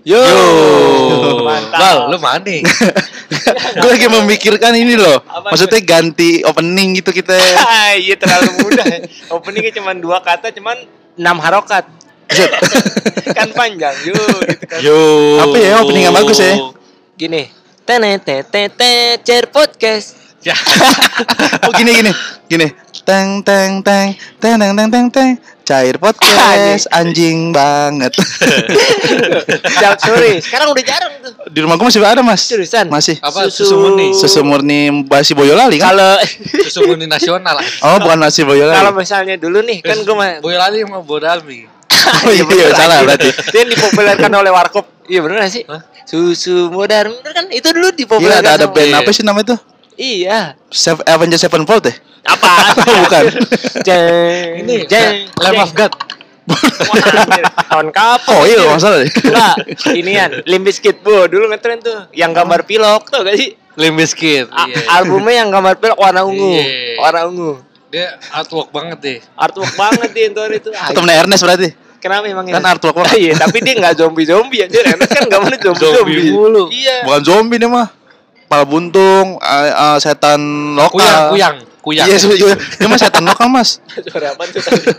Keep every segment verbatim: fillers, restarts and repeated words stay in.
Yo. Mantap. Bal, lu mana? Gue lagi memikirkan ini loh. Apa Maksudnya ganti opening gitu kita. Iya terlalu mudah. Openingnya cuma dua kata, cuman enam harokat. Kan panjang, yo gitu kan. Yo. Apa ya opening yang bagus ya? Gini. Tene te te te cer podcast. Ya. Oh gini gini gini. Teng teng teng teng teng teng teng teng. Cair podcast anjing banget. Jauh sorry. Sekarang udah jarang tuh. Di rumah gue masih ada mas. Seriusan? Masih. Apa Susu- susu murni? Susu murni basi Boyolali kan? Kalau Susu murni nasional. Oh bukan nasi Boyolali. kalau misalnya dulu nih kan gue mah Boyolali sama Bodalmi. Oh iya, iya salah berarti. itu yang dipopulerkan oleh Warkop. Iya bener gak sih? Hah? Susu modern bener kan? Itu dulu Iya dipopulerkan. ada ada sama- band apa sih namanya itu? Iya. Seven, Avengers Sevenfold ya? Apa? Bukan. Jeng. Ini jeng. Lamb of God. Wah, anjir. Tahun kapan? Oh iya anjir? masalah deh. Enggak, inian Limp Bizkit bu, dulu ngetren tuh yang gambar pilok tuh gak sih? Limp Bizkit. A- Iya. Albumnya yang gambar pilok warna ungu, Iya. warna ungu. Dia artwork banget deh. Artwork banget dia Anton itu. Ah, Temennya Ernest berarti. kenapa emang Kan ini? artwork banget. Iya, tapi dia nggak zombie zombie aja. Enak kan gambarnya zombie zombie. Zombie mulu. Iya. Bukan zombie nih mah. Pala buntung, uh, uh, setan lokal. Kuyang, kuyang, kuyang. Iya, iya. Dia mah setan lokal, Mas. Suara apa tuh tadi?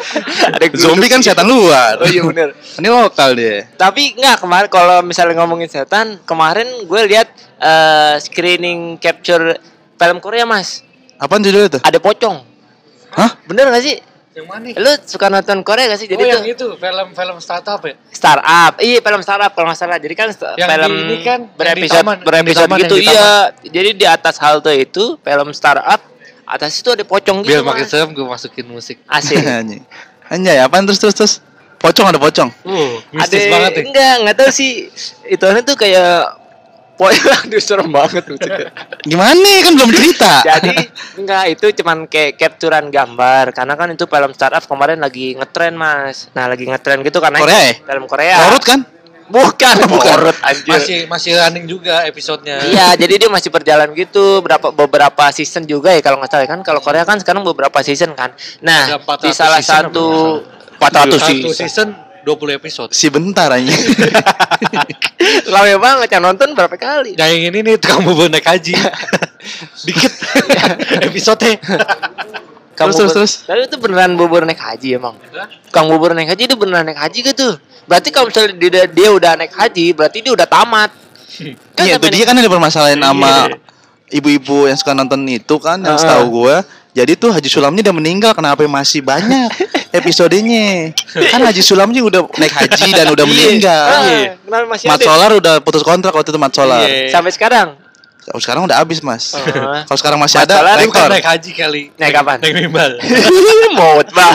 Ada geluduk. Zombie kan setan luar. Oh iya benar. Ini lokal dia. Tapi nggak kemarin kalau misalnya ngomongin setan, kemarin gue lihat eh, screening capture film Korea mas, Apaan judulnya tuh? ada pocong. Hah? Bener gak sih? Yang mana? Lu suka nonton Korea gak sih? Jadi oh tuh yang itu film-film startup ya? startup, iya film startup kalau nggak salah. Jadi kan st- Yang film di ini kan, yang di berepisode taman, berepisode yang di taman, gitu yang di iya. Jadi di atas halte itu film startup, atas itu ada pocong gitu. Biar makin Mas. serem gue masukin musik. Asik. Anjing. Anjay, apaan terus terus terus? Pocong ada pocong. Uh, Ada mistis banget ya. enggak enggak tahu sih. Itu tuh kayak pocong aduh serem banget tuh. Gimana nih kan belum cerita. Jadi enggak itu cuman kayak capturean gambar karena kan itu film startup kemarin lagi ngetren mas. Nah lagi ngetren gitu karena Korea ya? film Korea. Korut kan? Bukan, Bukan. Korut anjir. Masih masih running juga episodenya. Iya, jadi dia masih berjalan gitu berapa beberapa season juga ya kalau nggak salah kan. Kalau Korea kan sekarang beberapa season kan. Nah, Ada empat di ratus salah season satu apa empat ratus Satu season. season dua puluh episode. Si bentar anjing. Lama banget yang nonton berapa kali? Nah yang ini nih tukang bubur naik haji. Dikit episode. Kamu Terus, terus, terus. Tapi itu beneran bubur naik haji emang. Kang bubur naik haji itu beneran naik haji gitu. Berarti kalau misalnya dia, dia udah naik haji, berarti dia udah tamat. Kan Iya, itu sampai dia kan ada permasalahan sama Iya. ibu-ibu yang suka nonton itu kan yang Heeh. setahu gue. Jadi tuh Haji Sulamnya udah meninggal, kenapa masih banyak episodenya? Kan Haji Sulamnya udah naik haji dan udah meninggal. Ah, kenapa masih Mat ada? Solar udah putus kontrak waktu itu Mat Solar. Iya. Sampai sekarang. Kalau sekarang udah habis mas. Oh. Kalau sekarang masih Mat ada Solar Dia bukan rekor. naik haji kali. Naik kapan? Naik bimbal. Maut bah.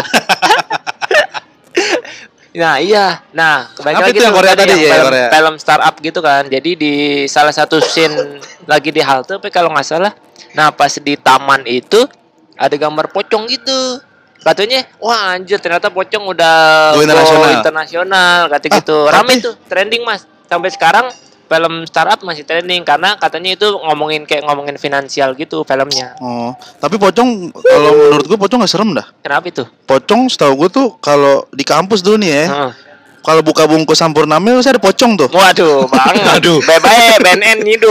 Nah iya, nah kembali Apa lagi itu yang tuh Korea tadi ya, film, Korea? film startup gitu kan. Jadi di salah satu scene lagi di halte, tapi kalau nggak salah, nah pas di taman itu ada gambar pocong gitu. Katanya, wah anjir ternyata pocong udah Go internasional. internasional, kata Ah, gitu. Rame tapi- tuh, trending mas. Sampai sekarang film startup masih trending karena katanya itu ngomongin kayak ngomongin finansial gitu filmnya. Oh, tapi pocong kalau menurut gue pocong gak serem dah. Kenapa itu? Pocong setahu gue tuh kalau di kampus dulu nih ya, Heeh. kalau buka bungkus Sampurnamil pasti ada pocong tuh. Waduh, banget. Aduh. Bye-bye B N N nyiduk.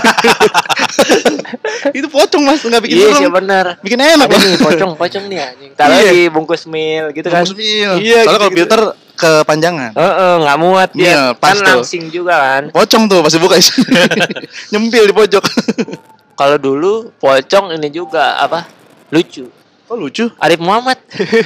Itu pocong mas, nggak bikin Iya serem. sih bener. Bikin enak Ada mas. nih pocong, pocong nih anjing. Taruh Iya. di bungkus mil gitu kan. Bungkus mil. Iya, Soalnya kalau gitu-gitu. filter kepanjangan. Heeh, enggak muat Mil, dia. pas Kan tuh. langsing juga kan. Pocong tuh pasti buka isi. Nyempil di pojok. Kalau dulu pocong ini juga apa? Lucu. Oh lucu. Arif Muhammad.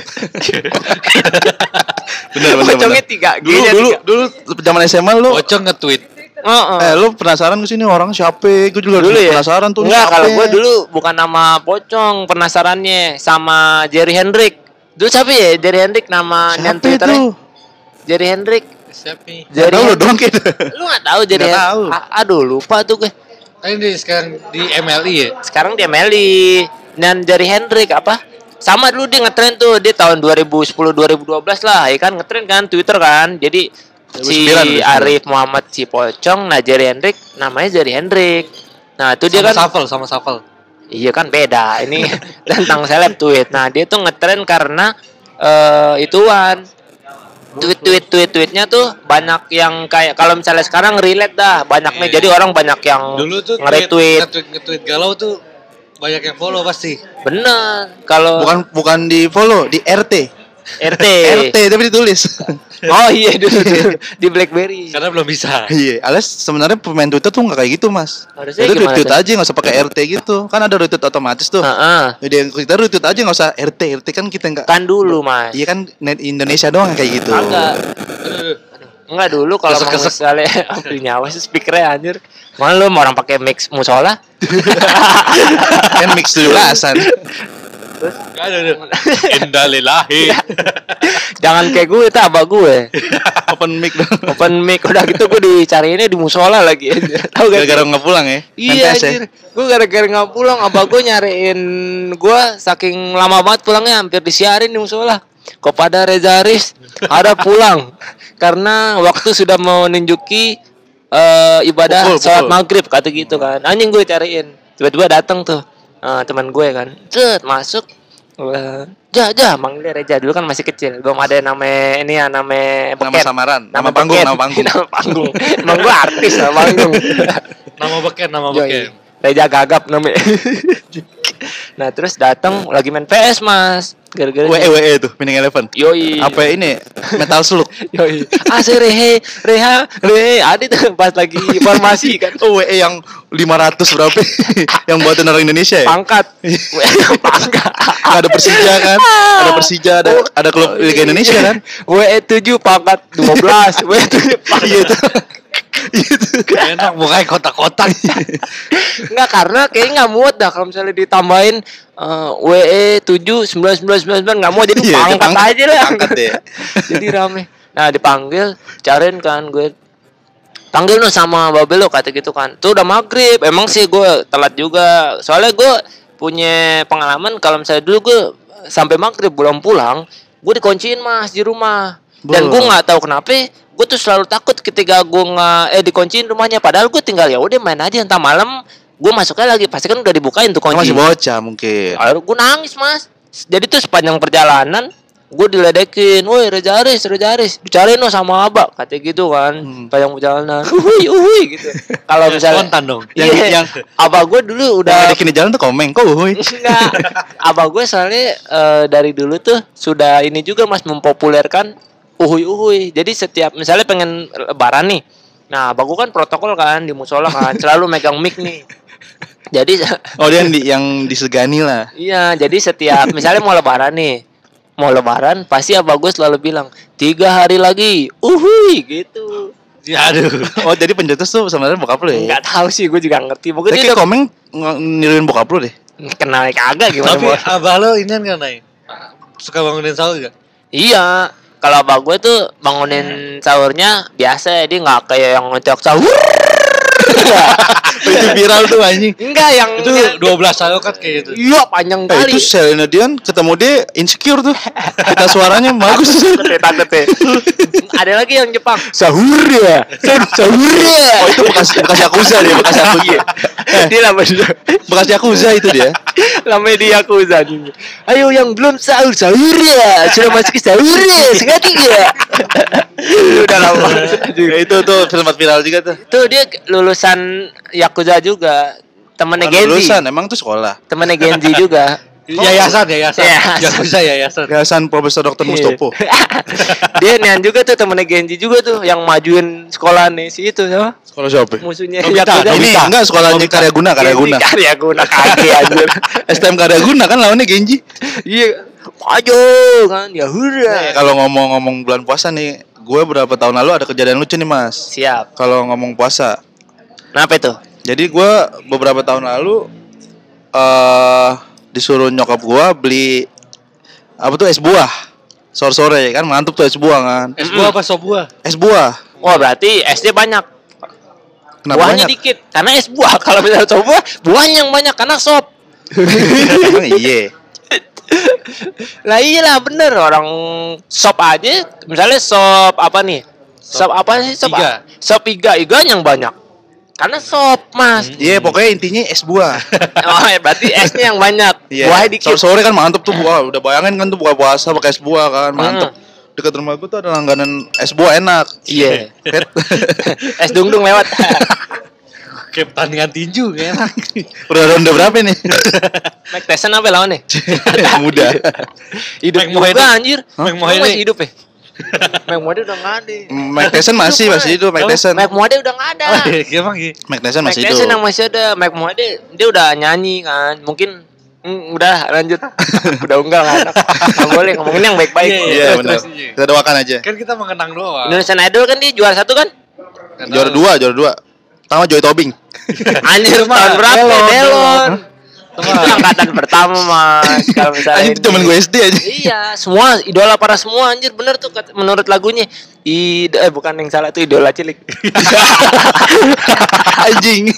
Bener bener. Pocongnya bener. tiga, Dulu G-nya dulu tiga. dulu zaman S M A lu. Pocong nge-tweet. Heeh. Eh lu penasaran ke sini orang siapa? Gue juga Dulu ya? penasaran tuh. Enggak, siapa. kalau gue dulu bukan nama pocong penasarannya sama Jerry Hendrik. Dulu siapa ya Jerry Hendrik nama yang Siapa Twitternya? itu? Jerry Hendrik. Siapa nih? Gak Jerry tahu lu Hendrik. doang gitu. Lu enggak tahu Jerry Nggak Hendrik? tahu. A- Aduh, lupa tuh gue. Kan ini sekarang di M L I ya. Sekarang dia Meli dan Jerry Hendrik apa? Sama dulu dia ngetren tuh, dia tahun dua ribu sepuluh dua ribu dua belas lah, ya kan ngetren kan Twitter kan. Jadi si dua ribu sembilan, Arif Muhammad si pocong, nah Jerry Hendrik namanya Jerry Hendrik. Nah, itu dia Sama kan shuffle, sama shuffle. iya kan beda. Ini tentang seleb tweet. Nah, dia tuh ngetren karena eh ituan tweet-tweet tweet-tweetnya tuh banyak yang kayak kalau misalnya sekarang relate dah banyaknya Iya. jadi orang banyak yang Dulu tuh nge-retweet. nge-tweet nge-tweet galau tuh banyak yang follow pasti. Bener kalau Bukan bukan di follow, di R T. R T. R T tapi ditulis. Oh iya dulu tuh, di BlackBerry. Karena belum bisa. Iya, alias sebenarnya pemain Twitter tuh nggak kayak gitu, Mas. Harusnya Itu gimana retweet tuh? aja nggak usah pakai R T gitu. Kan ada retweet otomatis tuh. Heeh. Jadi yang kita retweet aja nggak usah R T. R T kan kita nggak. Kan dulu mas. Iya kan net Indonesia doang yang kayak gitu. Agak. Enggak dulu kalau mau Kesek-kesek. misalnya ambil nyawa sih speakernya anjir. Mana lu mau orang pakai mix musola? Kan mix tujuh belasan. Aduh, aduh. Innalillahi. Jangan kayak gue, itu abah gue. Open mic dong. Open mic udah gitu gue dicariinnya di musola lagi. Tahu gak? Gara-gara nggak pulang ya? Iya Mentes ya? anjir. Gue gara-gara nggak pulang, abah gue nyariin gue saking lama banget pulangnya hampir disiarin di musola. Kepada Reza Aris ada pulang karena waktu sudah menunjuki eh, ibadah Pukul, sholat pukul. maghrib kata gitu kan. Anjing gue cariin. Tiba-tiba datang tuh eh, teman gue kan. Cet masuk. Eh, Ja, ja, manggilnya Reza dulu kan masih kecil, belum ada nama ini ya nama Nama beken. samaran, nama panggung, beken. nama panggung. Nama panggung. Emang gue artis nama panggung. Nama beken, nama Yoi. beken. Reza Gagap namanya. Nah terus datang lagi main P S mas, gara-gara W E W E tuh, Winning Eleven. Yoi. Apa ini? Metal Slug. Yoi. Ase rehe, reha, rehe. Ada tuh pas lagi formasi kan. Oh, W E yang lima ratus berapa? Yang buatan orang Indonesia ya? Pangkat. Pangkat. Ada Persija kan? Ada Persija, ada ada klub Liga Indonesia kan? W E tujuh pangkat dua belas. W E tujuh pangkat. Iya tuh. Iya tuh. Enak mukanya kotak-kotak. Enggak karena kayaknya nggak muat dah kalau misalnya ditambahin eh, W E tujuh sembilan sembilan sembilan sembilan nggak mau jadi Iya, pangkat pangkat- aja lah. pangkat deh. Jadi rame. Nah dipanggil, cariin kan gue. Panggil no sama Babel lo kata gitu kan. Tuh udah maghrib. Emang sih gue telat juga. Soalnya gue punya pengalaman kalau misalnya dulu gue sampai maghrib belum pulang, gue dikunciin mas di rumah. Dan gue Belum. nggak tahu kenapa. Gue tuh selalu takut ketika gue nggak eh dikunciin rumahnya. Padahal gue tinggal ya udah main aja entar malam. Gue masuknya lagi pasti kan udah dibukain tuh Kan kunci. masih bocah mungkin. Akhirnya gue nangis mas. Jadi tuh sepanjang perjalanan gue diledekin, woi Reza Aris, Reza Aris, dicariin no sama abah, katanya gitu kan, Hmm. sepanjang perjalanan, uhui uhui gitu. Kalau misalnya, Spontan dong. Yang- iya, yang- abah gue dulu Udah udah ada kini jalan tuh komeng. Kok woi? enggak, abah gue soalnya eh, dari dulu tuh sudah ini juga mas mempopulerkan uhui uhui. Jadi setiap misalnya pengen lebaran nih, nah abah gue kan protokol kan di musola kan, selalu megang mic nih. Jadi Oh, dia yang di, yang disegani lah. iya, jadi setiap misalnya mau lebaran nih, mau lebaran pasti abah gue selalu bilang tiga hari lagi, uhui gitu. Ya aduh. Oh, jadi pencetus tuh sebenarnya bokap lu ya? Nggak tahu sih, gue juga ngerti. Tapi Pokoknya dia kayak udah komeng ng- niruin bokap lu deh. kenal kagak gimana Tapi mau. abah lo ini kan Nay? Suka bangunin sahur gak? Iya, kalau abah gue tuh bangunin sahurnya biasa, dia nggak kayak yang ngecok sahur. Itu viral tuh anjing. Enggak yang Itu dua belas sahur kan kayak gitu. iya panjang Eh, kali. itu Selena Dion ketemu dia insecure tuh. Kita suaranya bagus. Takut ya, takut ya. Ada lagi yang Jepang. Sahur ya. Sahur ya. Oh, itu bekas bekas Yakuza dia, bekas Yakuza. Dia namanya Bekas Yakuza itu dia. namanya dia Yakuza. Ayo yang belum sahur sahur ya. Sudah masuk ke sahur ya. Setengah tiga. Udah lama. Ya, itu tuh film viral juga tuh. Tuh dia lulusan Yakuza juga. Temennya Bukan Genji. lulusan, emang tuh sekolah. Temennya Genji juga. Yayasan, yayasan. Yayasan. Yakuza yayasan. Yayasan Profesor Dokter Mustopo. Dia nian juga tuh temennya Genji juga tuh yang majuin sekolah nih si itu sama Sekolah siapa? musuhnya Nobita, Yakuza. Ini Nobita. enggak sekolahnya Nobita. Karya Guna, Karya Genji Guna. Karya Guna kaki anjir. S T M Karya Guna kan lawannya Genji. Iya. Maju kan ya hura. Kalau ngomong-ngomong bulan puasa nih, gue berapa tahun lalu ada kejadian lucu nih, Mas. Siap. Kalau ngomong puasa. Kenapa itu? Jadi gue beberapa tahun lalu eh disuruh nyokap gue beli apa tuh es buah sore-sore kan mantap tuh es buah kan Es buah apa sop buah? es buah Wah berarti esnya banyak. kenapa Buahnya banyak dikit. Karena es buah. Kalau misalnya sop buah, buahnya yang banyak karena sop. Emang iya Lah iyalah bener orang sop aja. Misalnya sop apa nih? Sop apa sih? Sop Iga. a- Sop iga, iga yang banyak. Karena sop mas. iya pokoknya intinya es buah Oh ya berarti esnya yang banyak. iya Buahnya dikit. sore-sore kan mantap tuh buah udah bayangin kan tuh buka puasa pakai es buah kan mantap dekat rumah gue tuh ada langganan es buah enak. Iya. Ket- Es dung-dung lewat. Kayak pertandingan tinju kayak enak. Udah ronde berapa nih? Mike Tyson apa lawannya? Muda. Hidup Mike juga Mohede. anjir. Mike Emang Mohede. masih hidup ya? Mike Mohede udah nggak ada. Mike Tyson masih masih hidup. Mike Tyson. Mike Mohede udah nggak ada. Oh, iya, gimana gitu? Mike Tyson Mike masih Tyson yang hidup. masih ada. Mike Mohede dia udah nyanyi kan. Mungkin mm, udah lanjut. Udah enggak nggak enak. Nggak boleh ngomongin yang baik-baik. Iya, Iya terus, benar. terus, iya. Kita doakan aja. Kan kita mengenang doang. Indonesian Idol kan dia juara satu kan? Juara dua, juara dua. Sama Joy Tobing. Anjir Cuma tahun berapa? Delon, Delon. Cuma- Itu angkatan pertama mas. Kalau misalnya Anjing itu zaman gue S D aja. Iya, semua idola para semua anjir bener tuh kata- menurut lagunya. Id eh bukan yang salah tuh idola cilik. Anjing.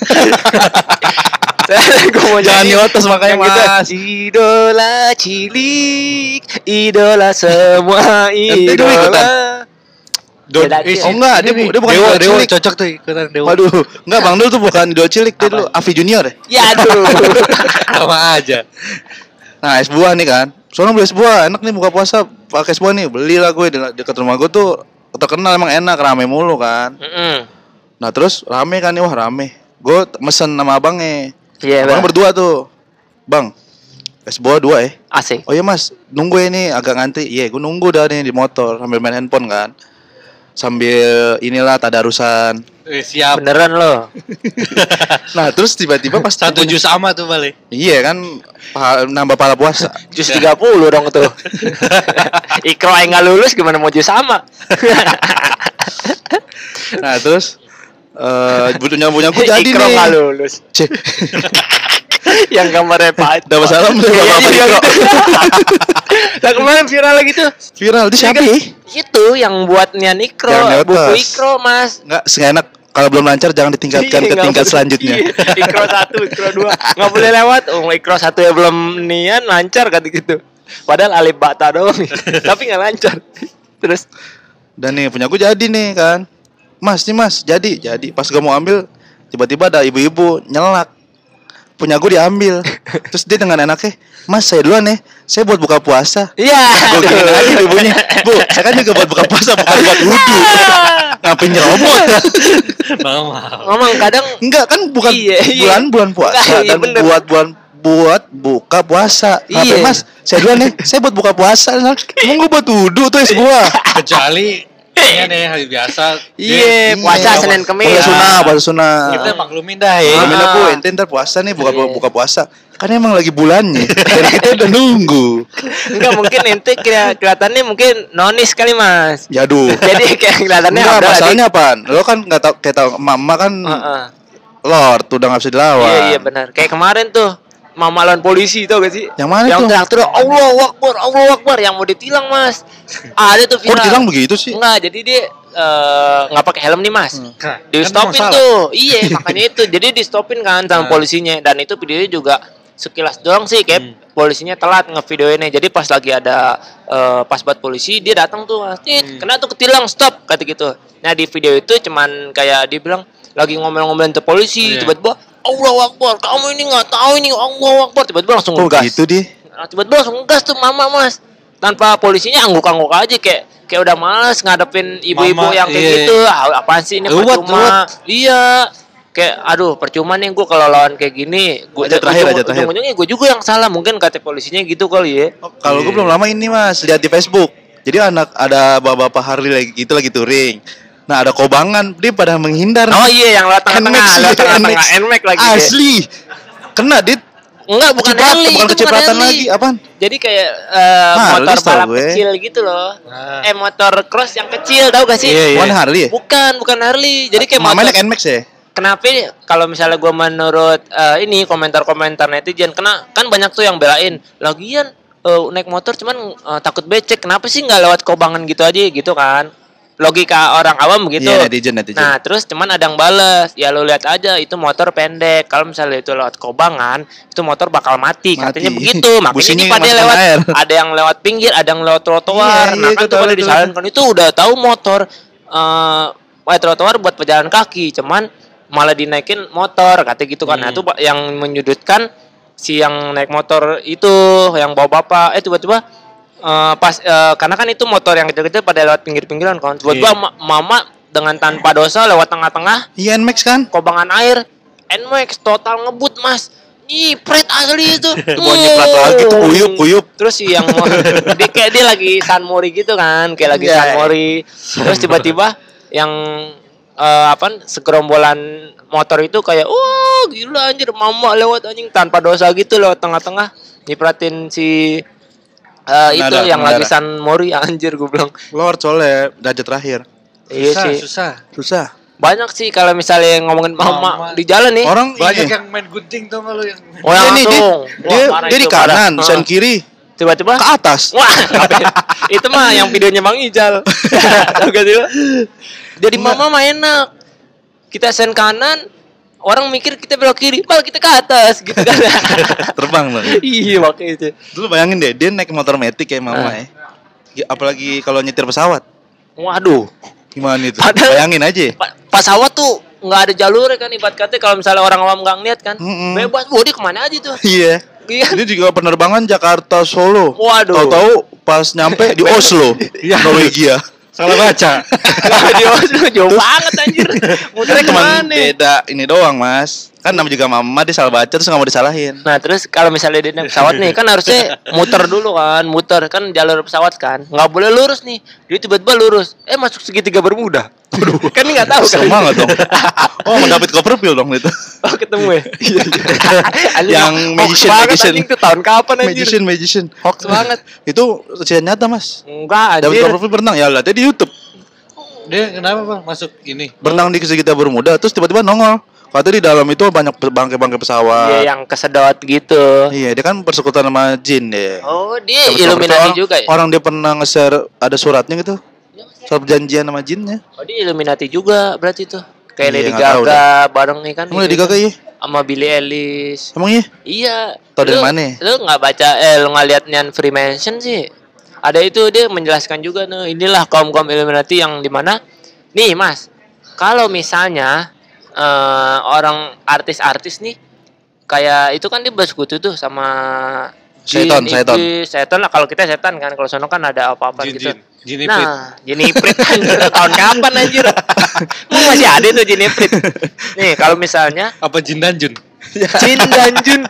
Gua mau Jangan nyanyi diotos makanya, yang gitu, Mas. Idola cilik, idola semua Nanti dia ikutan. idola. Don, Beda eh, sih. Oh enggak, dia, bu- dia bukan Dewa, Dewa Dewa cilik. cocok tuh ikutan Dewa. Waduh, enggak Bang Dul tuh bukan Dewa cilik, dia dulu Avi Junior ya. Ya aduh. Sama aja. Nah, es buah nih kan. Soalnya beli es buah, enak nih buka puasa pakai es buah nih. Belilah gue di dekat rumah gue tuh terkenal emang enak, rame mulu kan. Mm-mm. Nah, terus rame kan nih, wah rame. Gue t- mesen sama abangnya. Iya, Abangnya Bang. berdua tuh. Bang, es buah dua ya. Asik. Oh iya mas, nunggu ya nih agak ngantri. Iya, gue nunggu dah nih di motor sambil main handphone kan. Sambil inilah tadarusan. Eh, siap. Beneran loh. Nah, terus tiba-tiba pas Satu jus sama tuh balik. Iya kan, pahala- nambah pahala puasa. Jus tiga puluh dong tuh. Ikro yang nggak lulus gimana mau jus sama? Nah, terus eh punya punya gue jadi Ikro nih. nggak lulus. Cek. Yang gambarnya Pak. Dapat salam dari Iya, Bapak iya, Ikro. gitu. Nah kemarin viral lagi tuh. Viral itu siapa ya? Itu yang buat Nian Ikro, Yang lewat buku tes. Ikro mas. Enggak, seenak kalau belum lancar jangan ditingkatkan Iya, ke nggak tingkat boleh. selanjutnya. Iya, Ikro satu, Ikro dua, nggak boleh lewat. Oh Ikro satu ya belum nian lancar kata gitu. Padahal alif bata doang, tapi nggak lancar. Terus Dan nih punya gue jadi nih kan. Mas nih mas, jadi jadi pas gue mau ambil tiba-tiba ada ibu-ibu nyelak. Punya gue diambil. Terus dia dengan enaknya, mas saya duluan ya, saya buat buka puasa. iya. Gue gini lagi ibunya, bu, saya kan juga buat buka puasa bukan buat wudhu. Ngapain nyerobot? Mama. Ngomong kadang Enggak kan bukan Iya, iya. bulan bulan puasa Enggak, iya, dan bener. buat bulan buat buka puasa. Ngapain Iya. mas? Saya duluan nih, saya buat buka puasa. Emang gue buat wudhu tuh es gua. Kecuali ini nih hari biasa. iya puasa Iya, Senin Kemis. Puasa sunnah, puasa sunnah. Kita maklumin dah ya. Ya, Ah. bu, ente ntar puasa nih buka Iya. buka puasa. Kan emang lagi bulannya. Dan kita udah nunggu. Enggak mungkin ente kira kelihatannya mungkin nonis kali mas. Ya aduh. Jadi kayak kelihatannya Enggak, udah masalahnya apaan? Lo kan nggak tau kayak tau mama kan lagi. Heeh. Lord udah nggak bisa dilawan. Iya iya benar. Kayak kemarin tuh mama lawan polisi tau gak sih? Yang mana yang tuh? teriak-teriak Allahu Akbar, Allahu Akbar yang mau ditilang mas. Ada tuh Kok viral. ditilang begitu sih? Enggak, jadi dia eh, nggak pakai helm nih mas. Hmm. Nah, Di kan stopin masalah. tuh, iya makanya itu. Jadi di stopin kan sama Nah. polisinya dan itu videonya juga sekilas doang sih kayak Hmm. polisinya telat ngevideoinnya. Jadi pas lagi ada eh, pas buat polisi dia datang tuh, Tit, Hmm. kena tuh ketilang stop kata gitu. Nah di video itu cuman kayak dia bilang lagi ngomel-ngomelin ke polisi, Iya. tiba-tiba Allahu Akbar, kamu ini nggak tahu ini Allahu Akbar, tiba-tiba langsung Kok ngegas. gitu dia? Nah, tiba-tiba langsung ngegas tuh mama mas, tanpa polisinya angguk-angguk aja kayak kayak udah males ngadepin ibu-ibu Mama, yang kayak iya. gitu. Ah, apaan sih ini Ruwet, percuma? Iya. Kayak aduh percuma nih gue kalau lawan kayak gini. Gue Aja terakhir, aja terakhir. ujung-ujungnya gue juga yang salah mungkin kata polisinya gitu kali ya. Oh, kalau gue belum lama ini mas lihat di Facebook. Jadi anak ada bapak-bapak Harley lagi gitu lagi touring. Nah ada kobangan dia pada menghindar. Oh iya yang lewat tengah-tengah, N M A X, lewat tengah-tengah, N M A X. N M A X lagi. deh. Asli. Kena dit. Enggak bukan Kecipratan, Harley, bukan itu kecipratan Harley. lagi, apaan? Jadi kayak eh, Harley motor setahu balap gue. kecil gitu loh. Nah. Eh motor cross yang kecil tahu gak sih? Iya, iya. Bukan Harley ya? Bukan, bukan Harley. Jadi kayak Mamanya motor. naik N M A X ya? Kenapa kalau misalnya gue menurut eh, ini komentar-komentar netizen kena kan banyak tuh yang belain lagian eh, naik motor cuman eh, takut becek kenapa sih nggak lewat kobangan gitu aja gitu kan logika orang awam begitu. Iya, netizen, netizen. Nah terus cuman ada yang bales ya lu lihat aja itu motor pendek kalau misalnya itu lewat kobangan itu motor bakal mati, Mati. katanya begitu makanya Businya ini pada masukkan lewat air. ada yang lewat pinggir ada yang lewat trotoar. Iya, Nah iya, kan gua tuh tahu pada itu. disarankan itu udah tahu motor eh uh, trotoar buat pejalan kaki cuman malah dinaikin motor kata gitu kan. Nah Hmm. itu Pak, yang menyudutkan si yang naik motor itu yang bawa bapak eh tiba-tiba eh, pas eh, karena kan itu motor yang kecil-kecil pada lewat pinggir-pinggiran kan. Tiba-tiba Iya. ma- mama dengan tanpa dosa lewat tengah-tengah Iya Nmax kan? kobangan air. Nmax total ngebut mas. Nyipret asli itu. Bawa nyiprat lagi tuh kuyup kuyup. Terus si yang dia kayak dia lagi San Mori gitu kan, kayak lagi Iya. San Mori. Terus tiba-tiba yang eh, apa segerombolan motor itu kayak wah gila anjir mama lewat anjing tanpa dosa gitu lewat tengah-tengah nyipratin si eh, itu Pengendara, yang lagi pengendara. San Mori anjir gue bilang. Lord soalnya derajat terakhir. Iya susah, sih. susah. Susah. Banyak sih kalau misalnya ngomongin mama, Mama. di jalan nih. Orang Banyak ini. yang main gunting tuh nggak lu yang Oh, Dia yang nih, dia, langsung. Wah, dia, parah dia itu, di kanan, parah. sen Heeh. kiri, Tiba-tiba ke atas. wah, itu mah yang videonya Bang Ijal. Tahu gak sih lo? Jadi mama mah enak. Kita sen kanan, orang mikir kita belok kiri, malah kita ke atas gitu kan. Terbang loh. Iya makanya itu. Dulu bayangin deh, dia naik motor metik kayak mama Ah. ya. Ya, apalagi kalau nyetir pesawat. Waduh. Gimana itu? Padahal- Bayangin aja. Pa- pesawat tuh nggak ada jalur kan ibarat kata kalau misalnya orang awam nggak ngeliat kan Mm-mm. bebas, wah dia kemana aja tuh. Iya. Iya. Ini juga penerbangan Jakarta Solo. Waduh. Tahu-tahu pas nyampe di Oslo, Norwegia. salah baca. Di Oslo jauh banget anjir. Muternya Cuman kemana? beda ini doang, Mas. Kan namanya juga mama dia salah baca terus nggak mau disalahin. Nah terus kalau misalnya dia naik pesawat nih kan harusnya muter dulu kan, muter kan jalur pesawat kan, nggak boleh lurus nih, dia tiba-tiba lurus, eh masuk segitiga Bermuda, Aduh, kan ini nggak tahu kan? Sama nggak dong? Oh, mau David Copperfield dong itu. Oh ketemu ya? Iya iya. Yang magician, magician. Itu tahun kapan anjir? Magician, magician. Hoax banget. Itu kejadian nyata, Mas. Enggak David anjir. Copperfield berenang ya lah, di YouTube. Dia kenapa bang masuk ini? Berenang di segitiga Bermuda terus tiba-tiba nongol. Katanya di dalam itu banyak bangkai-bangkai pesawat. Iya yang kesedot gitu. Iya, dia kan persekutuan sama jin deh. Oh dia Sama Illuminati orang, juga ya? Orang dia pernah nge-share ada suratnya gitu. Surat perjanjian sama jinnya. Oh dia Illuminati juga berarti tuh. Kayak Iya, Lady nggak tahu Gaga bareng nih kan. Emang itu Lady kan. Gaga iya? Sama Billie Eilish. Emang iya? Iya. Tau dari Lu- mana? Lu nggak baca eh lu nggak lihat Nyan Freemason sih? Ada itu dia menjelaskan juga nih. Inilah kaum kaum Illuminati yang dimana nih mas. Kalau misalnya eh, orang artis-artis nih kayak itu kan dia bersekutu tuh sama jin, Setan, setan. iblis, setan lah. Kalau kita setan kan, kalau sono kan ada apa-apa Jin, gitu. jin, jin iprit. Nah, jin iprit anjir tahun kapan anjir? Emang masih ada tuh jin iprit. Nih, kalau misalnya Apa Jin dan Jun? Jin dan Jun.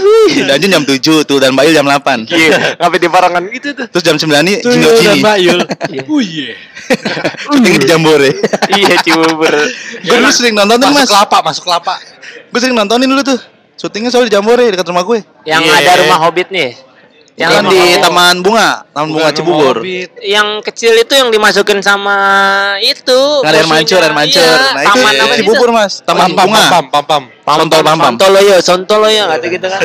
Dan jam tujuh tuh dan Bayul jam delapan. Iya, ngapain di barengan gitu tuh. Terus jam sembilan nih Tuyul Jingo dan Kini. Mbak Yul. Iya. Oh iya. Syutingnya di Jambore. Iya, Cibuber. Gue dulu sering nontonin, Masuk Mas. kelapa, masuk kelapa. Gue sering nontonin dulu tuh. Syutingnya soal di Jambore dekat rumah gue. Yang Iya. ada rumah Hobbit nih. Yang Yang di Taman Bunga, Taman Bunga Bukan Cibubur. rumah Hobbit. yang kecil itu yang dimasukin sama itu. Nggak ada air musuhnya. mancur, air mancur. Iya, Nah, itu taman di apa Cibubur, Mas. Taman Pam pam Bunga. pam pam pam. Sontol Pam Pam. Sontoloyo, Sontoloyo kata gitu kan.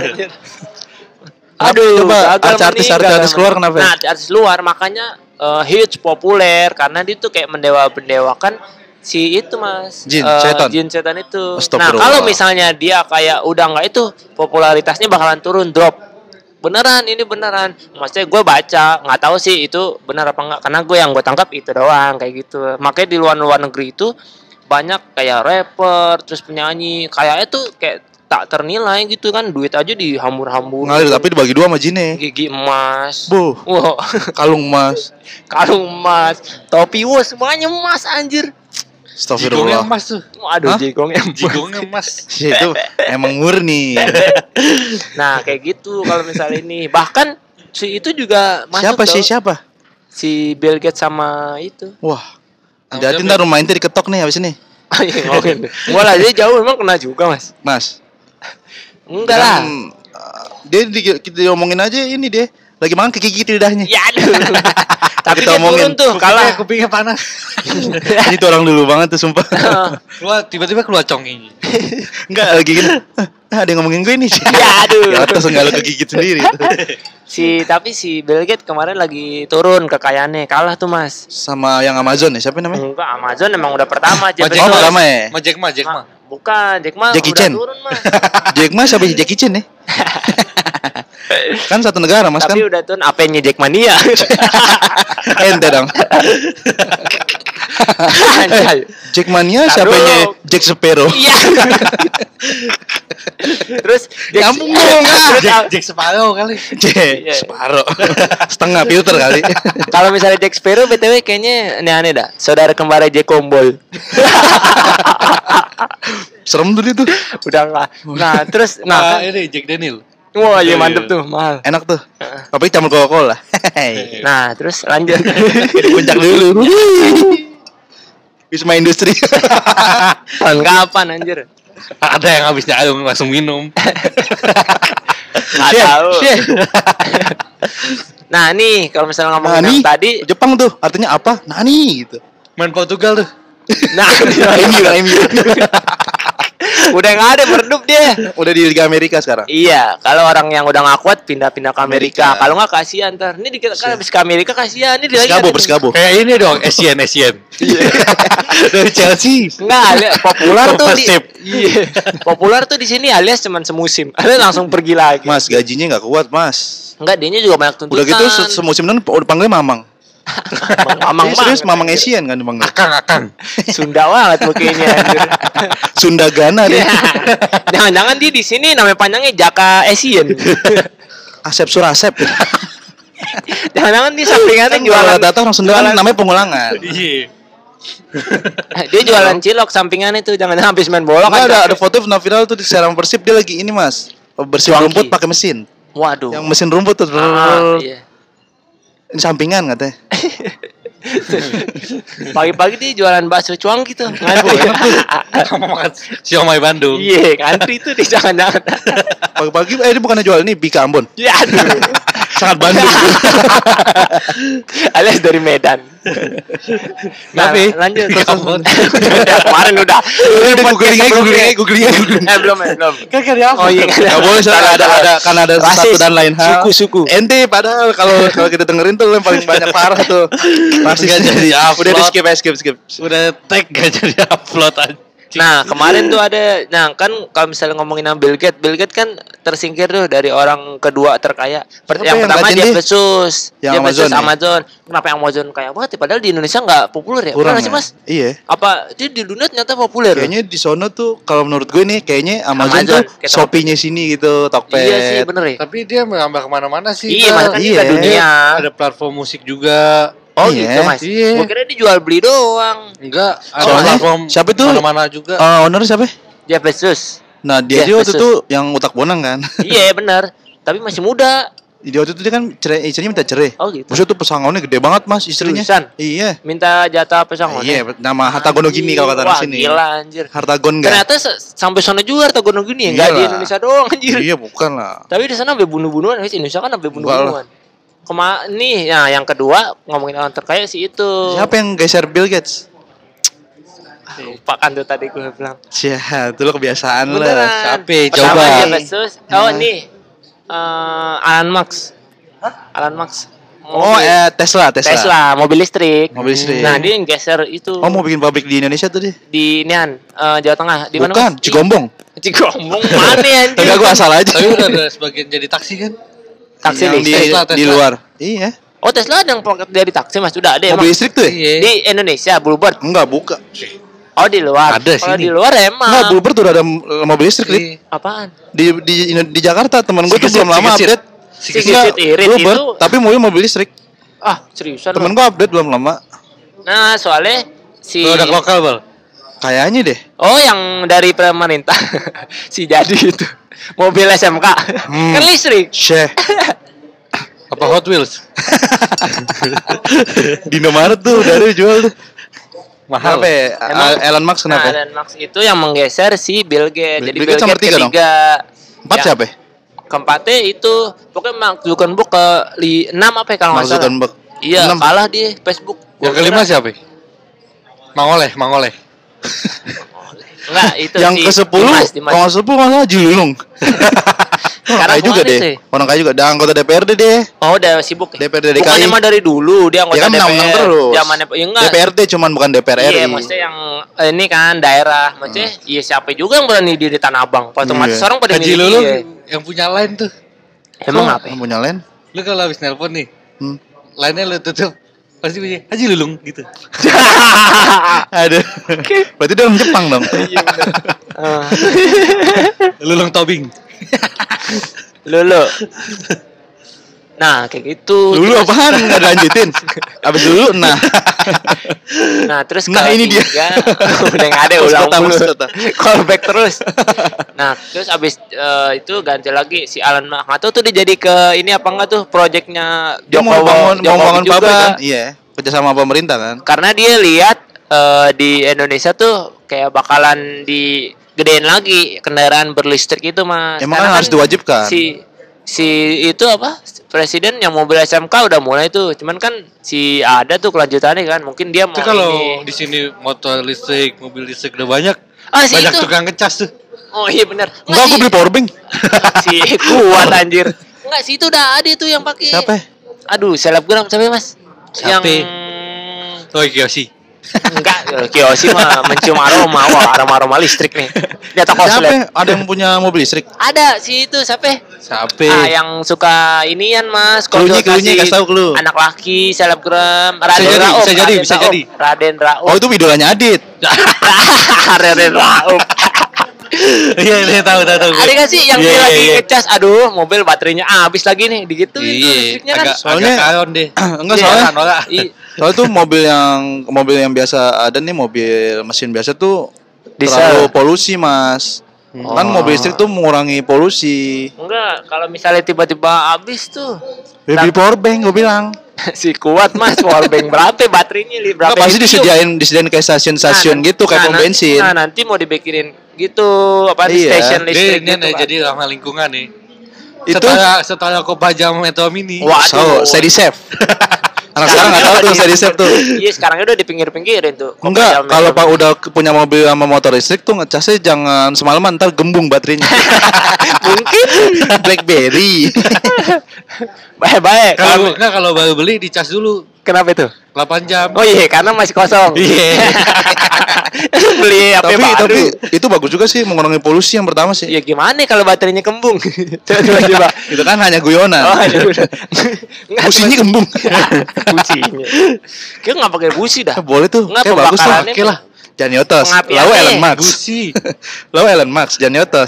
Aduh, Coba gagal artis-artis meninggal artis emang. keluar kenapa? Nah, artis luar makanya eh, hits populer karena dia tuh kayak mendewa-mendewakan si itu mas Jin, Eh, setan. jin setan itu. Nah Astagfirullah. kalau misalnya dia kayak udah nggak itu popularitasnya bakalan turun drop. Beneran ini beneran. Maksudnya gue baca nggak tahu sih itu benar apa enggak karena gue yang gue tangkap itu doang kayak gitu. Makanya di luar luar negeri itu banyak kayak rapper terus penyanyi kayaknya tuh kayak tak ternilai gitu kan duit aja dihambur-hambur. Ngalir tapi dibagi dua sama Jine. Gigi emas. Bu, Wow. kalung emas. Kalung emas, topi wah semuanya emas anjir. Jigongnya Astagfirullah. emas tuh. Waduh Hah? jigongnya emas. Jigongnya emas. Itu emang murni. Nah kayak gitu kalau misalnya ini bahkan si itu juga masuk Siapa sih tau. siapa? Si Bill Gates sama itu. Wah. Sama Jadi siapa? ntar rumah inti diketok nih habis ini. Gua lah dia jauh emang kena juga mas. Mas. Enggak lah. Kan, uh, dia di, kita diomongin aja ini deh. Lagi makan kegigit lidahnya. Ya aduh. Tapi Kita dia omongin. turun tuh Kalah, kalah. kupingnya panas. Ini tuh orang dulu banget tuh sumpah. Keluar tiba-tiba keluar conginya. Enggak lagi gini. Ah, ada yang ngomongin gue nih. Ya aduh. Ya atas enggak lo kegigit sendiri. Si tapi si Bill Gates kemarin lagi turun kekayaannya kalah tuh mas. Sama yang Amazon ya, siapa namanya? Enggak Amazon emang udah pertama Jeff Oh, Jack Oh, Ma. Bezos. pertama ya. Ma Jack Ma, Jack Ma. Bukan, Jack Ma Jackie udah Chan. turun mas. Jack Ma siapa Jackie Chan ya? Kan satu negara Mas Tapi kan. udah tuh apanya Jackmania. Ente dong. Anjay. Jackmania Taruh. siapanya Jack Sparrow. Iya. Terus Nyambung dong. Terus Jack, Jack Sparrow kali. Jack Sparrow. Setengah filter kali. kalau misalnya Jack Sparrow B T W kayaknya aneh-aneh dah. Saudara kembar Jack Comboy. Serem tuh dia tuh. Udah enggak. Nah, terus Nah, nah, ini Jack Daniel. wah, iya mantep tuh, mahal. Enak tuh. Tapi campur Coca-Cola. Nah, terus lanjut. Puncak dulu. Wisma Industri. Tahun kapan anjir? Ada yang habis nyayung langsung minum. Enggak tahu. Nah, nih kalau misalnya ngomongin Nani, yang tadi, Jepang tuh artinya apa? Nani gitu. Main Portugal tuh. nah, M U, M U. udah nggak ada meredup dia. Udah di Liga Amerika sekarang. Iya, kalau orang yang udah nggak kuat pindah-pindah ke Amerika. Amerika. Kalau nggak kasihan ntar. Ini dikit kan habis ke Amerika kasihan. Ini dia lagi Persikabo, ada- Persikabo. Kayak ini dong, Asian Asian. Dari Chelsea. Enggak, alias populer tuh di Persib. Iya. Populer tuh di sini alias cuman semusim. Alias langsung pergi lagi. Mas, gajinya nggak kuat, Mas. Enggak, dianya juga banyak tuntutan. Udah gitu se- semusim dan udah panggilnya Mamang. Mamang Iya, serius banget, Mamang anjir. Asian kan dipanggil. Akang akang. Sunda banget mukanya anjir. Sunda Gana deh. Jangan-jangan dia di sini namanya panjangnya Jaka Asian. Asep Surasep. Jangan-jangan dia sampingannya Kan jualan. jualan data orang Sunda kan namanya pengulangan. Iya. Dia jualan cilok sampingannya tuh. Jangan-jangan habis main bola Nggak kan. ada ada foto final final tuh di Serang Persib dia lagi ini Mas. Bersih Cuanki. rumput pakai mesin. Waduh. Yang mesin rumput tuh. Ah, iya. Ini sampingan katanya. Pagi-pagi dia jualan bakso cuang gitu. Ngantri. Kamu makan siomay Bandung. Iya, ngantri tuh dia jangan-jangan. Pagi-pagi eh dia bukannya jual ini Bika Ambon. Ya aduh. Sangat Bandung. Alias dari Medan. Nah, Tapi, lanjut di terus. Ambon. Udah, kemarin udah. Udah googling aja, googling aja, googling aja, googling. Eh belum, eh, belum. Kan kan dia apa? Oh iya. Gak boleh soalnya ada ada kan ada Rasis. satu dan lain hal. Suku-suku. Ente padahal kalau kalau kita dengerin tuh yang paling banyak parah tuh. Masih Nggak jadi upload. Udah di skip, aja, skip, skip. Udah tag gak jadi upload aja. Nah, kemarin tuh ada, nah kan kalau misalnya ngomongin sama Bill Gates, Bill Gates kan tersingkir tuh dari orang kedua terkaya. Per- Siapa yang, yang pertama rajin Jeff dia? Bezos, Yang Jeff Bezos Amazon ya? Amazon. Kenapa yang Amazon kaya banget? Ya? Padahal di Indonesia nggak populer ya? Kurang Bener nggak sih ya? Mas? Iya. Apa dia di dunia ternyata populer? Kayaknya di sono tuh kalau menurut gue nih kayaknya Amazon, Amazon, tuh kayak Shopee-nya sini gitu, Tokped. Iya sih, bener ya. Tapi dia merambah kemana-mana sih. Iya, Kak. makanya iya. juga dunia. Ada platform musik juga. Oh Iya. gitu Mas. Iya. Gua kira dia jual beli doang. Enggak, ada Soalnya, platform siapa itu? mana-mana juga. Eh, owner siapa? Jeff Bezos. Nah, dia Jeff dia waktu Bezos. itu yang utak bonang kan. Iya benar. Tapi masih muda. Dia waktu itu dia kan cerai, istrinya minta cerai. Oh gitu. Maksudnya tuh pesangonnya gede banget Mas istrinya. Seriusan? Iya. Minta jatah pesangon. Iya, nama harta gono gini kalau kata orang Wah, sini. gila anjir. Harta gon enggak? Ternyata se- sampai sana juga harta gono gini ya, enggak di Iyalah. Indonesia doang anjir. Iya, bukan lah. Tapi di sana sampai bunuh-bunuhan, di Indonesia kan sampai bunuh-bunuhan. Kema nih, nah yang kedua ngomongin orang terkaya sih itu. Siapa yang geser Bill Gates? Lupa kan tuh tadi gue bilang. Cia, itu lo kebiasaan lo. Beneran. Siapa? Pertama Coba. Jeff Bezos. Oh nih, eh, Alan Max. Alan Max. Oh, Mobil- eh Tesla, Tesla. Tesla, mobil listrik. Mobil listrik. Nah, dia yang geser itu Oh, mau bikin pabrik di Indonesia tuh dia? di Nian, eh, Jawa Tengah. Di mana? Bukan, Mas? Cigombong. Di Cigombong mana ya, anjir? Enggak, gua asal aja. Tapi udah ada sebagian jadi taksi kan? Taksi Yang di, listrik. Tesla, di Tesla. luar. Iya. Oh, Tesla ada yang pakai dari taksi, Mas. Udah ada Mobil emang. listrik tuh ya? Iya. Di Indonesia, Bluebird. Enggak, buka. Oh, di luar. Ada Kalau sini. di luar emang. Enggak, Bluebird tuh udah ada m- mobil listrik, Lid. Iya. Apaan? Di di di Jakarta temen gue tuh Sikit-sikit, belum lama sikit-sikit. update. Sikit-sikit Enggak, irit Bluebird, itu. tapi mobil mobil listrik. Ah, seriusan. Temen Bang? gue update belum lama. Nah, soalnya si Produk lokal, Bal. Kayaknya deh. Oh, yang dari pemerintah. Si jadi itu. Mobil S M K. Hmm. Kan listrik. Syeh. Apa Hot Wheels? Di Indomaret tuh udah ada jual tuh. Mahal. Kenapa ya? Emang- A- Elon Musk Nah, kenapa? Elon Musk itu yang menggeser si Bill Gates. Bill- Jadi Bill Bill Gates nomor Gates tiga dong? ketiga. Empat Ya, siapa ya? Keempatnya itu pokoknya Mark Zuckerberg ke li, enam apa ya kalau Mark nggak salah. Zuckerberg. Iya, Enam. kalah di Facebook. Gua Yang kelima kira- siapa? Mangoleh, Mangoleh. Enggak, itu Yang si ke sepuluh, Dimas, Dimas. kalau nggak sepuluh masalah Julung. Orang Sekarang kaya juga kemana deh. sih? Orang kaya juga. Ada anggota D P R D deh. Oh, udah sibuk ya? D P R D D K I. Bukannya mah dari dulu dia anggota Ya kan D P R. menang-menang terus. Zamannya ya enggak. D P R D cuman bukan D P R R I. Iya, maksudnya yang eh, ini kan daerah. Maksudnya iya siapa juga yang berani di Tanah Abang. Otomatis Iya. orang pada Haji milih Lulu dia. yang punya line tuh. Emang Oh, apa? Yang punya line. Lu kalau habis nelpon nih, Hmm. lainnya lu tutup. Pasti bunyi Haji Lulung gitu. Aduh. Berarti dia orang Jepang dong. Ah, Lulung tobing. Lulu. Nah, kayak gitu. Dulu apaan enggak dilanjutin? Abis dulu nah. Nah, terus Nah, ini dia. ketiga, udah nggak ada ulang Kota, mulu. kota. Callback terus. Nah, terus abis eh, itu ganti lagi si Alan Mak. Nggak tahu tuh dia jadi ke ini apa enggak tuh proyeknya Dia mau Jokowi, bangun mau Jokowi bangun juga. pabrik kan? Iya, kerja sama pemerintah kan. Karena dia lihat eh, di Indonesia tuh kayak bakalan digedein lagi kendaraan berlistrik itu, Mas. Emang Karena kan harus diwajibkan. Si si itu apa? Presiden yang mobil S M K udah mulai tuh. Cuman kan si ada tuh kelanjutannya kan. Mungkin dia mau Itu kalau ini. di sini motor listrik, mobil listrik udah banyak. Ah, si Banyak itu. tukang ngecas tuh. Oh iya benar. Enggak, aku beli powerbank. Si kuat anjir. Enggak sih itu udah ada tuh yang pakai. Siapa? Aduh, selebgram siapa Mas? Siapa? Yang Oh, Kiyoshi. enggak, Kiyoshi mah mencium aroma, wah aroma-aroma listrik nih. Nyata koslet. Siapa? Ada yang punya mobil listrik? Ada si itu siapa? Siapa? Ah, yang suka inian Mas, Cluenya, cluenya, kasih tahu clue. anak laki selebgram Raden jadi, Rauf, bisa jadi, Raden bisa Rauf, jadi. Raden Rauf. Oh, itu idolanya Adit. Raden Rauf. Iya, iya tahu tahu tahu. Ada gak sih yang Iya, dia iya, lagi iya. ngecas, aduh mobil baterainya habis lagi nih, digituin tuh Iya, listriknya kan. agak Soalnya- agak kaon deh. Enggak, Iya, soalnya kan, Ola. I- soalnya tuh mobil yang mobil yang biasa ada nih, mobil mesin biasa tuh Diesel. terlalu polusi, Mas. Oh. Kan mobil listrik tuh mengurangi polusi. Enggak, kalau misalnya tiba-tiba habis tuh Ya, beli powerbank gue bilang. si kuat Mas, powerbank berapa baterainya li berapa? Enggak, pasti lithium? disediain disediain kayak stasiun-stasiun Nah, gitu kayak nah, pom nanti- bensin. Nah, nanti mau dibikinin gitu apa di Iya. station Dia listrik ini gitu nih, kan. jadi ramah lingkungan nih. Itu Setelah setelah Kopaja Metro Mini. Waduh. so, steady safe. Anak sekarang enggak tahu tuh steady safe tuh. Iya, sekarang udah di pinggir-pinggirin tuh. Kok Enggak, macam kalau metro Pak mini. udah ke- punya mobil sama motor listrik tuh ngecasnya jangan semalaman, ntar gembung baterainya. mungkin BlackBerry. baik-baik. Kalau enggak kalau baru beli dicas dulu Kenapa itu? delapan jam. Oh iya, karena masih kosong. Iya. Beli H P tapi baru. tapi itu bagus juga sih mengurangi polusi yang pertama sih. Ya gimana kalau baterainya kembung? Coba coba. Itu kan hanya guyonan. Oh, ya udah. Nggak, Businya gembung. businya. Kayak nggak pakai busi dah. Boleh tuh. Nggak, Kayak bagus tuh. pembakarannya Oke lah. Janiotos. pengapiannya. Lalu Elon Musk. Gusi. Lalu Elon Musk, Janiotos.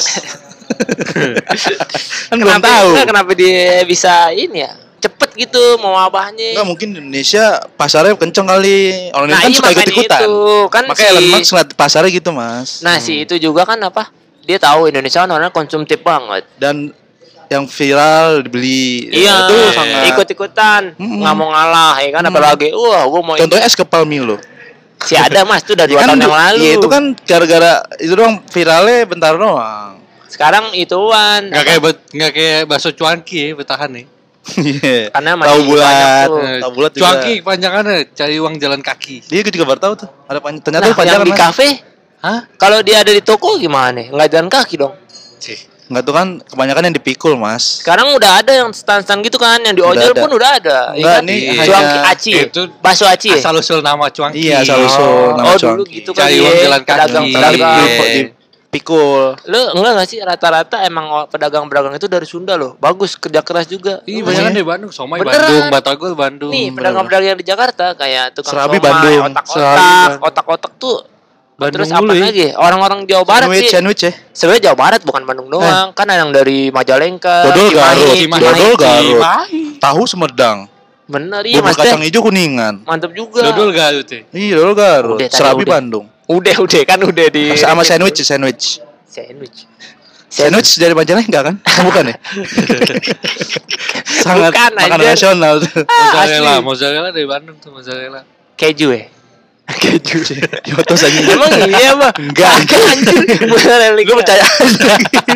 Kan belum Kenapa- tahu. nggak, kenapa dia bisa ini ya? Cepet gitu mau abahnya. Enggak, mungkin di Indonesia pasarnya kenceng kali. Orang Nah, Indonesia kan iya, suka makanya ikut-ikutan. itu. Kan Makanya si- Elon Musk ngeliat pasarnya gitu, Mas. Nah, si itu juga kan apa? Dia tahu Indonesia kan orangnya konsumtif banget. Dan yang viral dibeli. Iya, Itu sangat ikut-ikutan, Mm-mm. nggak mau ngalah, ya kan? Apalagi, wah, gua mau Contohnya es kepal Milo. si ada Mas tuh udah Ya dua kan, tahun yang lalu. Iya, itu kan gara-gara itu doang viralnya bentar doang. Sekarang ituan. Enggak kayak bet- nggak kayak bakso cuanki ya, bertahan nih. Iya. Karena masih Tahu banyak bulat. tuh. Eh, Tahu bulat juga. Cuanki panjangannya cari uang jalan kaki. Dia juga baru tahu tuh. Ada panjang. Ternyata Nah, panjang yang di Mas. kafe, Hah? kalau dia ada di toko gimana? Nggak jalan kaki dong. Cih. Enggak tuh kan kebanyakan yang dipikul, Mas. Sekarang udah ada yang stand-stand gitu kan, yang di Udah ojol ada. pun udah ada. ya Enggak, kan? nih Iya. hanya- Cuangki aci, ya? Itu bakso aci. ya? Asal usul nama cuanki. Iya, asal usul Oh, nama oh dulu cuanki. gitu kan Cari ya, uang jalan kaki. pedagang-pedagang. Iya. Dipikul. Lu enggak nggak sih rata-rata emang pedagang-pedagang itu dari Sunda loh. Bagus, kerja keras juga. Iya, Oh, banyak kan iya. dari Bandung, Somai Beneran. Bandung, Batagor Bandung. Nih, bener. pedagang-pedagang yang di Jakarta kayak tukang Serabi somai, Bandung. otak-otak, Serabi. otak-otak tuh. Bandung Terus apa mulu ya. lagi? Orang-orang Jawa Barat Sandwich, sih. sandwich ya. Sebenarnya Jawa Barat bukan Bandung doang. Kan ada yang dari Majalengka, Dodol Cimahi, Garut, Cimahi. dodol Garut. Cimahi. Tahu Sumedang. Bener iya Bubur Mas kacang Teh. hijau Kuningan. Mantep juga. Dodol Garut ya. Iya, dodol Garut. Udah, tadi Serabi udah. Bandung. Udah, udah kan udah di Sama sandwich, sandwich. Sandwich. Sandwich dari Majalengka kan? Bukan ya? Sangat Bukan, makanan anjir. nasional tuh. Mozzarella, asli. mozzarella dari Bandung tuh mozzarella. Keju ya? Keju. Yotos aja. Emang iya mah? Enggak. Kagak, anjir. Mozzarella. Lu percaya aja.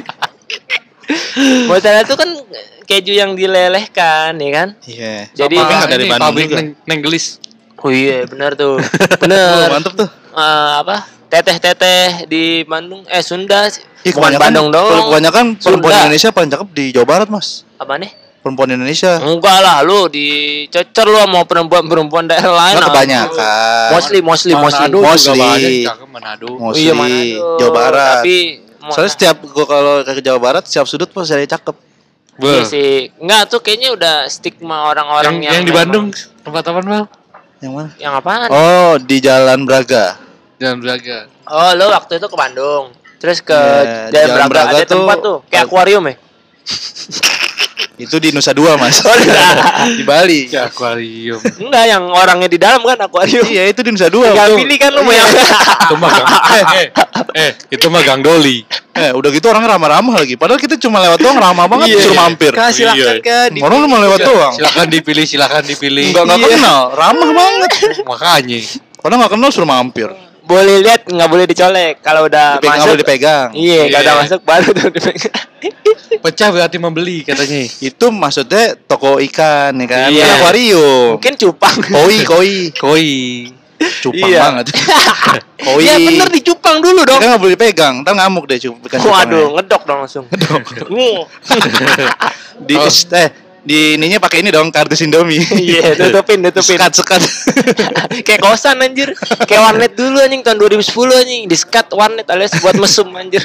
Mozzarella itu kan keju yang dilelehkan, ya kan? Iya. Jadi Sama Tapi nggak dari ini, Bandung pabrik juga. neng, nenggelis. Oh iya, benar tuh. Oh, Bener. mantep tuh. Eh, apa? Teteh-teteh di Bandung, eh Sunda, Ih, bukan kebanyakan, Bandung doang. kebanyakan perempuan Sunda. Indonesia paling cakep di Jawa Barat, Mas. Apa nih? Perempuan Indonesia. Enggak lah, lu dicecer lu sama perempuan-perempuan daerah lain. Nggak ah. kebanyakan. Mostly, mostly, mostly. Manado Mostly. juga banyak cakep Manado. Mostly Iya, Manado. Jawa Barat. Tapi Soalnya setiap gua kalau ke Jawa Barat, setiap sudut pasti ada yang cakep. Iya sih. Enggak tuh kayaknya udah stigma orang-orang yang, yang yang di Bandung tempat apa Bang? Yang mana? Yang apaan? Oh, di Jalan Braga. Jalan Braga. Oh, lo waktu itu ke Bandung. Terus ke Yeah, Jalan Jalan Braga, Braga ada tuh- tempat tuh kayak akuarium ya. Itu di Nusa Dua, Mas. Oh, enggak. Di Bali. Ya akuarium. Enggak, yang orangnya di dalam kan akuarium. Iya, itu di Nusa Dua. Tinggal Betul. pilih kan lu mau yang Itu mah gang, eh, eh, eh, itu mah Gang Doli. Eh, udah gitu orangnya ramah-ramah lagi. Padahal kita cuma lewat doang, ramah banget Iya. disuruh mampir. Kak, silakan Iya. Kak. di- Orang cuma lewat doang. Silakan dipilih, silakan dipilih. Enggak enggak Iya. kenal, ramah banget. Makanya. Padahal enggak kenal suruh mampir. Boleh lihat, nggak boleh dicolek. Kalau udah Dipegang masuk boleh dipegang. Iya, kalau Iya. udah masuk baru tuh dipegang. Pecah berarti membeli katanya. Itu maksudnya toko ikan ya kan? Iya. Bukan akuarium. Mungkin cupang. Koi, koi. Koi. Cupang Iya. banget. Koi. Iya bener di cupang dulu dong. Kita nggak boleh dipegang, ntar ngamuk deh cup- ikan cupangnya. Waduh, ngedok dong langsung. Ngedok. Di Oh. eh di ininya pakai ini dong kardus Indomie. Iya, tutupin, tutupin. Sekat sekat. Kayak kosan anjir. Kayak warnet dulu anjing tahun dua ribu sepuluh anjing. Di sekat warnet alias buat mesum anjir.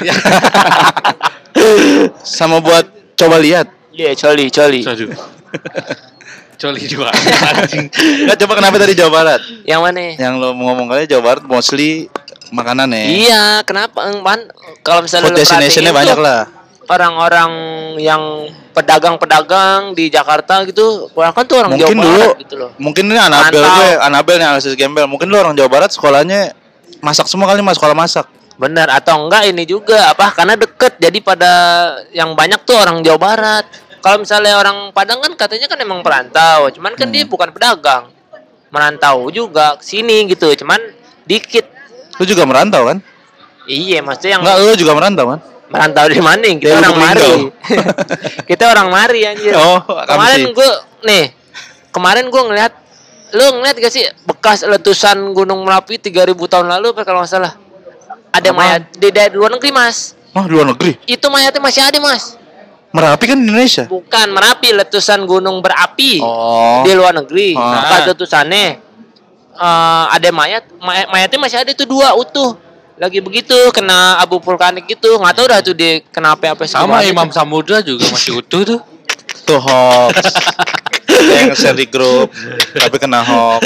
Sama buat coba lihat. Iya, coli, coli. Aduh. Coli juga. Nggak coba kenapa tadi Jawa Barat? Yang mana? Yang lo mau ngomong kali Jawa Barat mostly makanan ya. Iya, kenapa? Man, kalau misalnya Food lu destination-nya perhatiin banyak tuh, lah. orang-orang yang pedagang-pedagang di Jakarta gitu, kebanyakan tuh orang Mungkin Jawa dulu Barat gitu loh. mungkin ini Anabel Mantau. gue, Anabel nih analisis gembel. Mungkin lu orang Jawa Barat sekolahnya masak semua kali mas sekolah masak. Bener atau enggak ini juga apa? Karena deket, jadi pada yang banyak tuh orang Jawa Barat. Kalau misalnya orang Padang kan katanya kan emang perantau, cuman kan Hmm. dia bukan pedagang, merantau juga ke sini gitu, cuman dikit. Lu juga merantau kan? Iya, maksudnya yang Enggak, lu juga merantau kan? merantau di mana? Kita Dari orang Lubuk Mari. Linggau. Kita orang Mari anjir. Oh, Kemarin Kamsi. gue nih, kemarin gue ngeliat, lu ngeliat gak sih bekas letusan Gunung Merapi tiga ribu tahun lalu apa kalau nggak salah? Ada Apaan? mayat di daerah luar negeri, Mas. Wah, di luar negeri. Itu mayatnya masih ada, Mas. Merapi kan di Indonesia. Bukan Merapi, letusan gunung berapi Oh. di luar negeri. Oh. Bekas letusannya eh, ada mayat, may- mayatnya masih ada tuh dua utuh. Lagi begitu kena abu vulkanik gitu, nggak tahu dah tuh dia kena apa-apa Sama Imam Samudra juga masih utuh tuh. Tuh hoax. Yang nge-share di grup tapi kena hoax.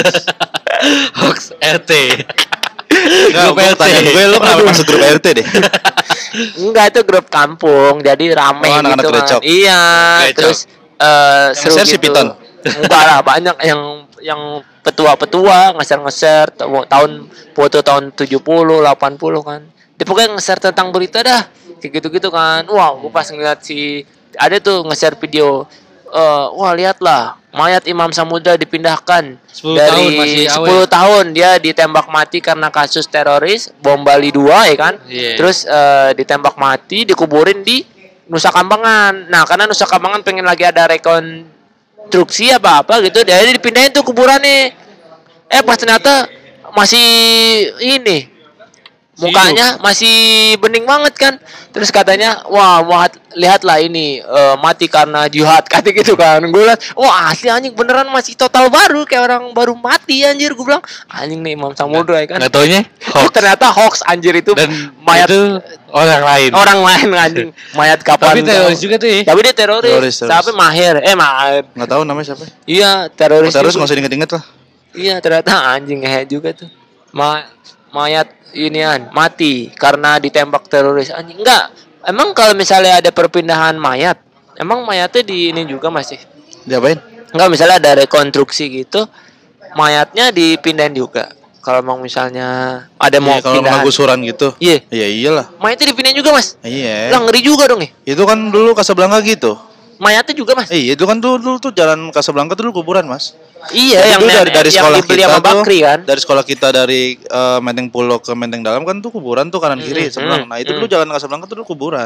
Hoax R T. Enggak, Grup gue R T. tanya gue lu kenapa masuk grup R T deh? Enggak, itu grup kampung, jadi rame Oh, anak-anak gitu kan. gerecok. Iya, Gerecok. terus eh seru nge-share si gitu. Piton. Enggak lah, banyak yang yang petua-petua nge-share-nge-share ta- tahun foto tahun tujuh puluh, delapan puluh kan. Dia pokoknya nge-share tentang berita dah. Kayak gitu-gitu kan. Wah, gue pas ngeliat si ada tuh nge-share video eh wah lihatlah mayat Imam Samudra dipindahkan sepuluh dari tahun masih awet. sepuluh tahun dia ditembak mati karena kasus teroris bom Bali dua ya kan. Iya. Terus eh, ditembak mati, dikuburin di Nusa Kambangan. Nah, karena Nusa Kambangan pengen lagi ada rekonstruksi apa-apa gitu, dia dipindahin tuh kuburannya. Eh, pas ternyata masih ini mukanya masih bening banget kan. Terus katanya, wah, wah lihatlah ini eh, mati karena jihad kata gitu kan. Gue liat, wah asli anjing beneran masih total baru kayak orang baru mati anjir. Gue bilang anjing nih Imam Samudra ya kan. Nggak taunya Oh, hoax. ternyata hoax anjir itu Dan mayat itu orang lain. orang lain anjing. Mayat kapan? Tapi teroris juga tuh ya. Tapi dia teroris. Teroris, teroris. Siapa Mahir? Eh Mahir. Enggak tahu namanya siapa. Iya, Oh, teroris. terus juga. enggak usah diinget-inget lah. Iya, ternyata anjing ngehe juga tuh. Ma mayat inian mati karena ditembak teroris. Anjing enggak. Emang kalau misalnya ada perpindahan mayat, emang mayatnya di ini juga masih? Diapain? Enggak, misalnya ada rekonstruksi gitu, mayatnya dipindahin juga. Kalau emang misalnya ada mau Iya, kalau pindahan. penggusuran gitu. Iya. Iya iyalah. Mayatnya dipindahin juga, Mas. Iya. Lah ngeri juga dong ya. Itu kan dulu Casablanca gitu. Mayatnya juga, Mas. Eh, iya, itu kan dulu, dulu tuh jalan Casablanca tuh dulu kuburan, Mas. Iya, Jadi yang dulu dari, nenek- dari yang sekolah dibeli kita sama tuh, Bakri kan. dari sekolah kita dari eh, Menteng Pulo ke Menteng Dalam kan tuh kuburan tuh kanan kiri Mm, sebelah. mm, Nah, itu mm. dulu jalan Casablanca tuh dulu kuburan.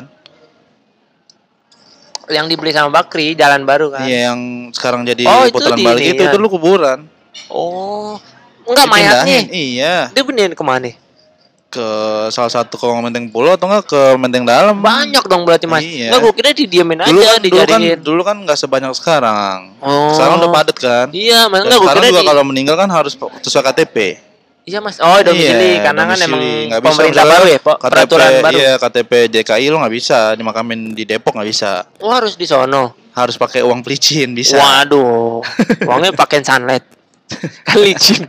Yang dibeli sama Bakri, jalan baru kan. Iya, yang sekarang jadi Oh, itu putaran di balik ini, itu ya. itu dulu kuburan. Oh. Enggak mayatnya. Dipindahin, Iya, Dia pindahin kemana? ke salah satu ke Menteng Pulo atau enggak ke Menteng Dalam. Banyak dong berarti, Mas. Iya. Enggak, gua kira didiamin Dulu aja, kan, dulu kan dijadiin. dulu kan nggak sebanyak sekarang. Oh. Sekarang udah padat kan. Iya, Mas. Dan Enggak, gua sekarang kira juga di... kalau meninggal kan harus sesuai K T P. Iya, Mas. Oh, domisili Iya, karena kan domisili. emang Nggak bisa, pemerintah misalnya baru ya, Pak. K T P, Peraturan baru. Iya, K T P D K I lo nggak bisa dimakamin di Depok nggak bisa. Oh, harus di sono. harus pakai uang pelicin bisa. Waduh, uangnya pakai sunlight. Kan licin.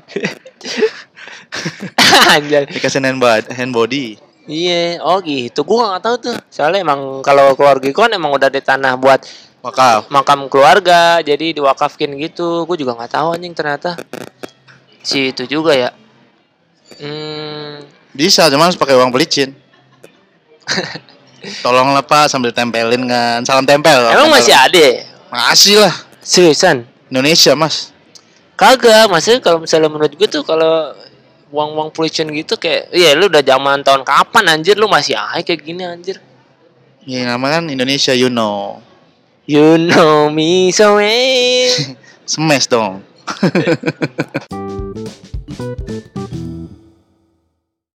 Anjay. Dikasih hand bod- hand body. Iya, oh gitu. Gua nggak tahu tuh. Soalnya emang kalau keluarga gua kan emang udah di tanah buat Wakaf. makam keluarga, jadi diwakafkin gitu. Gue juga nggak tahu anjing ternyata. Si itu juga ya. Hmm, Bisa, cuman harus pakai uang pelicin. Tolonglah Pak sambil tempelin kan. Salam tempel. emang tempel. masih ada? Ya? Masih lah. Seriusan? Indonesia, Mas. Kagak, maksudnya kalau misalnya menurut gue tuh kalau uang-uang pollution gitu kayak, iya lu udah zaman tahun kapan anjir lu masih aja kayak gini anjir. Ya nama kan Indonesia, you know. You know me so well. Smash dong.